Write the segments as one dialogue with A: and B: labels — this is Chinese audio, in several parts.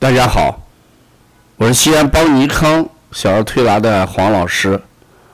A: 大家好，我是西安邦尼康小儿推拿的黄老师。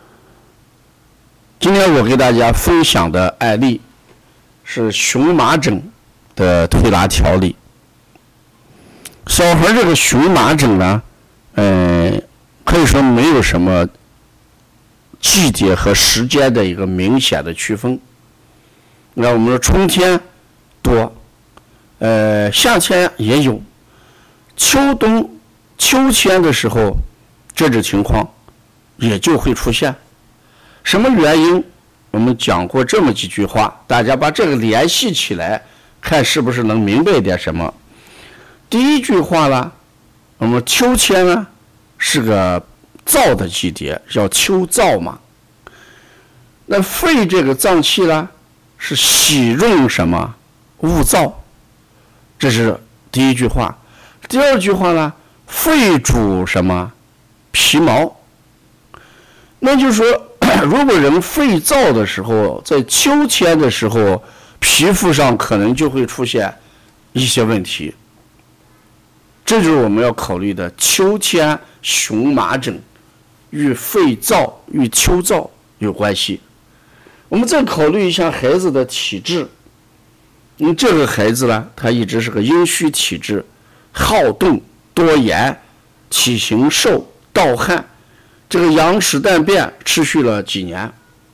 A: 今天我给大家分享的案例是荨麻疹的推拿调理。小孩这个荨麻疹呢，可以说没有什么季节和时间的一个明显的区分。那我们说春天多，夏天也有，秋天的时候，这种情况也就会出现。什么原因？我们讲过这么几句话，大家把这个联系起来，看是不是能明白一点什么。第一句话呢，我们秋天呢是个燥的季节，叫秋燥嘛。那肺这个脏器呢是喜润什么？恶燥，这是第一句话。第二句话呢，肺主什么？皮毛。那就是说，如果人肺燥的时候，在秋天的时候，皮肤上可能就会出现一些问题。这就是我们要考虑的，秋天荨麻疹与肺燥与秋燥有关系。我们再考虑一下孩子的体质。因为这个孩子呢，他一直是个阴虚体质，好动多言，体型瘦，盗汗，这个羊屎蛋便持续了几年。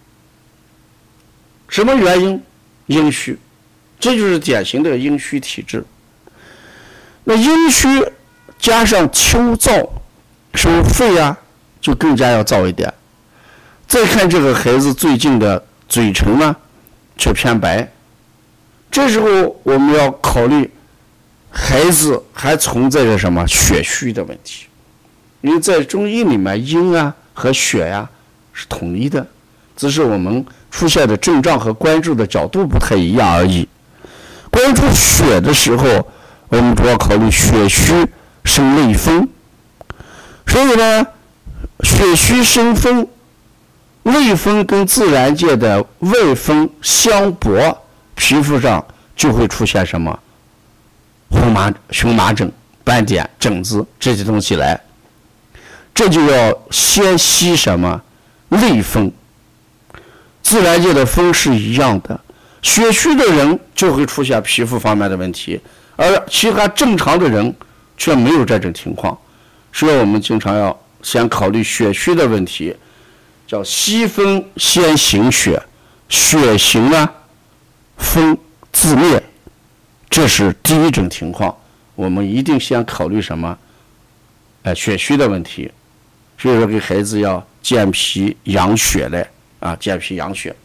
A: 什么原因？阴虚，这就是典型的阴虚体质。那阴虚加上秋燥，是不是肺啊就更加要燥一点？再看这个孩子最近的嘴唇呢，却偏白。这时候我们要考虑孩子还存在着什么血虚的问题。因为在中医里面，阴啊和血呀是统一的，只是我们出现的症状和关注的角度不太一样而已。关注血的时候，我们主要考虑血虚生内风。所以呢，血虚生风，内风跟自然界的外风相搏，皮肤上就会出现什么荨麻疹、斑点、疹子这些东西来。这就要先吸什么内风。自然界的风是一样的，血虚的人就会出现皮肤方面的问题，而其他正常的人却没有这种情况。所以我们经常要先考虑血虚的问题，叫吸风先行血，血行呢风自灭，这是第一种情况。我们一定先考虑什么？血虚的问题。所以说给孩子要健脾养血来啊，健脾养血。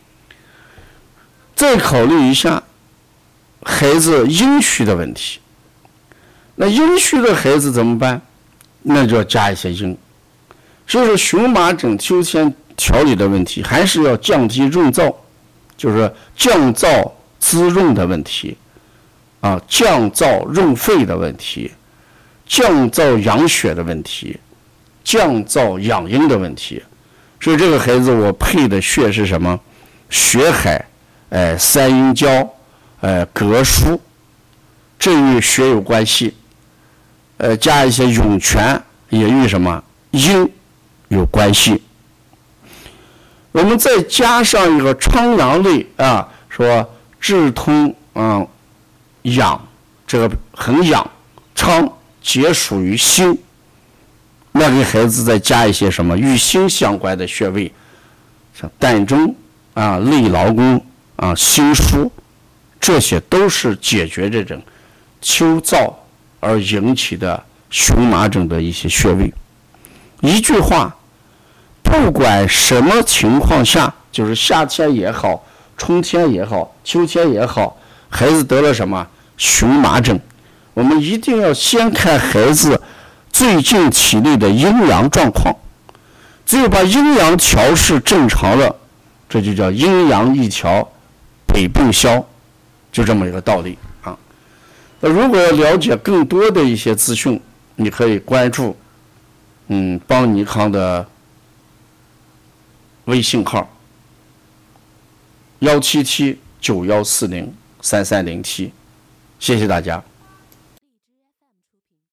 A: 再考虑一下孩子阴虚的问题。那阴虚的孩子怎么办？那就要加一些阴。所以说荨麻疹秋天调理的问题，还是要降低润燥，就是降燥滋润的问题啊，降燥润肺的问题，降燥养血的问题，降燥养阴的问题。所以这个孩子我配的穴是什么？血海、三阴交、膈腧，这与血有关系。加一些涌泉，也与什么阴有关系。我们再加上一个疮疡类啊，说治通痒，这个很痒，疮皆属于心。那给孩子再加一些什么与心相关的穴位，像膻中啊、内劳宫啊、心腧，这些都是解决这种秋燥而引起的荨麻疹的一些穴位。一句话，不管什么情况下，就是夏天也好，春天也好，秋天也好，孩子得了什么荨麻疹，我们一定要先看孩子最近体内的阴阳状况，只有把阴阳调试正常了，这就叫阴阳一调，百病消，就这么一个道理啊。那如果要了解更多的一些资讯，你可以关注邦尼康的微信号17791403307，谢谢大家。